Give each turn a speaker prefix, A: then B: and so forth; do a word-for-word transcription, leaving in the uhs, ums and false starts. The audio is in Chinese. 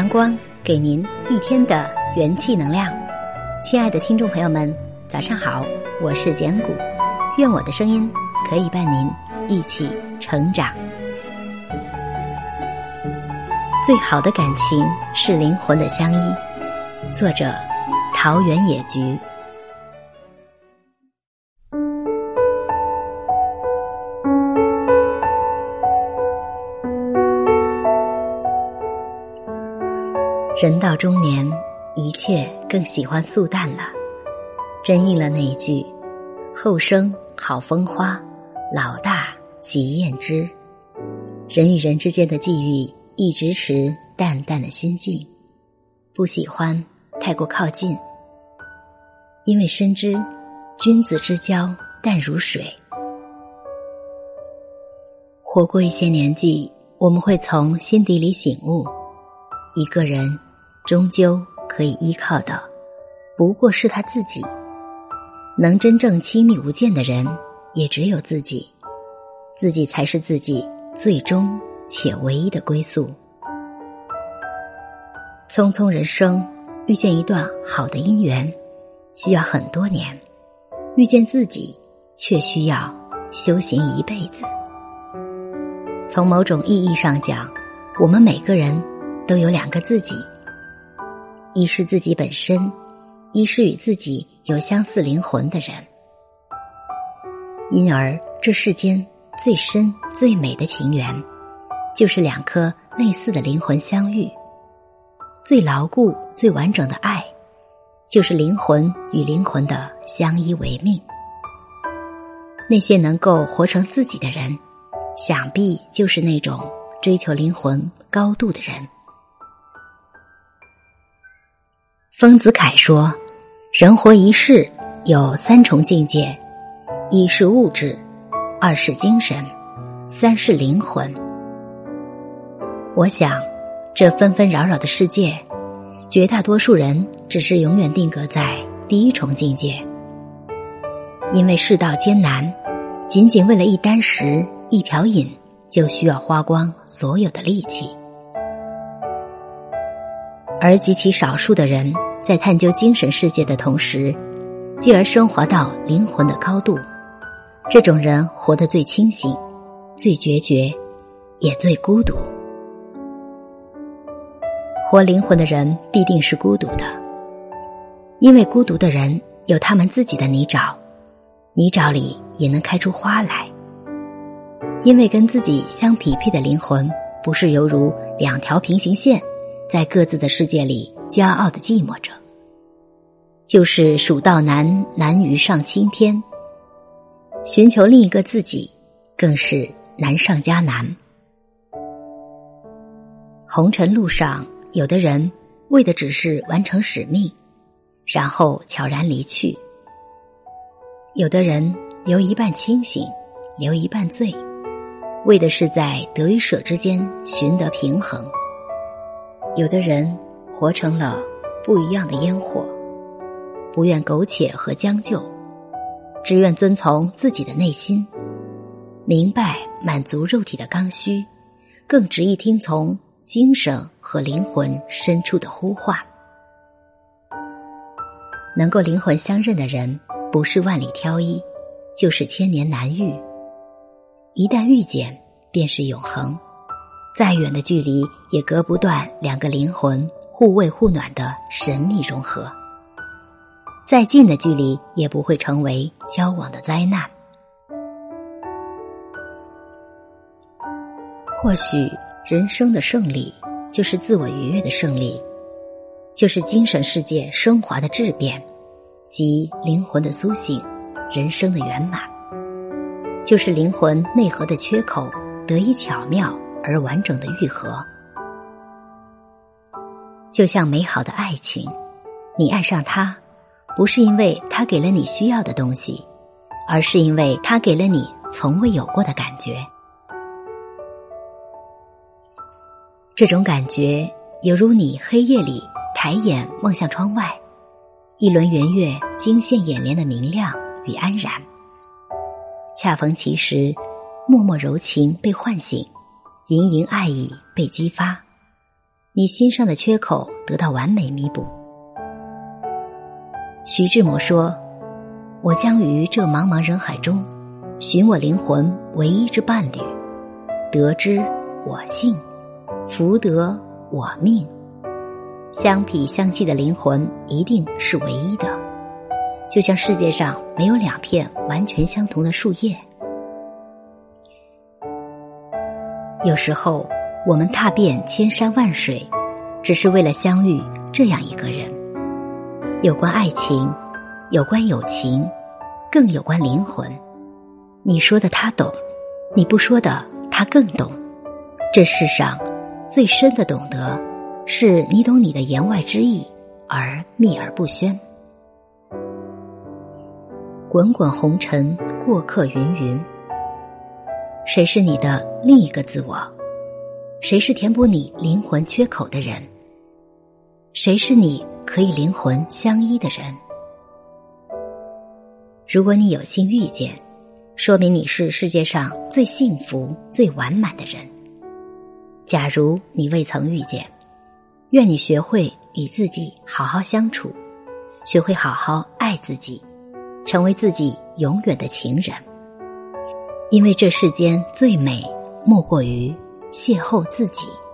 A: 光，给您一天的元气能量。亲爱的听众朋友们，早上好，我是简古，愿我的声音可以伴您一起成长。最好的感情是灵魂的相依。作者：桃源野菊。人到中年，一切更喜欢素淡了，真应了那一句：后生好风花，老大即艳之。人与人之间的际遇一直持淡淡的心境，不喜欢太过靠近，因为深知君子之交淡如水。活过一些年纪，我们会从心底里醒悟，一个人终究可以依靠的不过是他自己，能真正亲密无间的人也只有自己，自己才是自己最终且唯一的归宿。匆匆人生，遇见一段好的姻缘需要很多年，遇见自己却需要修行一辈子。从某种意义上讲，我们每个人都有两个自己，一是自己本身，一是与自己有相似灵魂的人。因而这世间最深最美的情缘，就是两颗类似的灵魂相遇。最牢固最完整的爱，就是灵魂与灵魂的相依为命。那些能够活成自己的人，想必就是那种追求灵魂高度的人。丰子恺说，人活一世有三重境界，一是物质，二是精神，三是灵魂。我想这纷纷扰扰的世界，绝大多数人只是永远定格在第一重境界。因为世道艰难，仅仅为了一箪食一瓢饮，就需要花光所有的力气。而极其少数的人在探究精神世界的同时，继而升华到灵魂的高度，这种人活得最清醒，最决绝，也最孤独。活灵魂的人必定是孤独的，因为孤独的人有他们自己的泥沼，泥沼里也能开出花来。因为跟自己相匹配的灵魂，不是犹如两条平行线，在各自的世界里骄傲地寂寞着，就是蜀道难，难于上青天。寻求另一个自己，更是难上加难。红尘路上，有的人为的只是完成使命，然后悄然离去；有的人留一半清醒，留一半醉，为的是在得与舍之间寻得平衡；有的人活成了不一样的烟火，不愿苟且和将就，只愿遵从自己的内心，明白满足肉体的刚需，更执意听从精神和灵魂深处的呼唤。能够灵魂相认的人，不是万里挑一，就是千年难遇。一旦遇见，便是永恒。再远的距离，也隔不断两个灵魂互慰互暖的神秘融合。再近的距离，也不会成为交往的灾难。或许人生的胜利，就是自我愉悦的胜利，就是精神世界升华的质变，即灵魂的苏醒，人生的圆满，就是灵魂内核的缺口得以巧妙而完整的愈合。就像美好的爱情，你爱上他，不是因为他给了你需要的东西，而是因为他给了你从未有过的感觉。这种感觉犹如你黑夜里抬眼望向窗外，一轮圆月惊现眼帘的明亮与安然。恰逢其时，默默柔情被唤醒，盈盈爱意被激发， 你心上的缺口得到完美弥补。徐志摩说，我将于这茫茫人海中寻我灵魂唯一之伴侣，得之我幸，福得我命。相匹相契的灵魂一定是唯一的，就像世界上没有两片完全相同的树叶。有时候我们踏遍千山万水，只是为了相遇这样一个人。有关爱情，有关友情，更有关灵魂。你说的他懂，你不说的他更懂。这世上最深的懂得，是你懂你的言外之意，而秘而不宣。滚滚红尘，过客云云。谁是你的另一个自我？谁是填补你灵魂缺口的人？谁是你可以灵魂相依的人？如果你有幸遇见，说明你是世界上最幸福最完满的人。假如你未曾遇见，愿你学会与自己好好相处，学会好好爱自己，成为自己永远的情人。因为这世间最美，莫过于邂逅自己。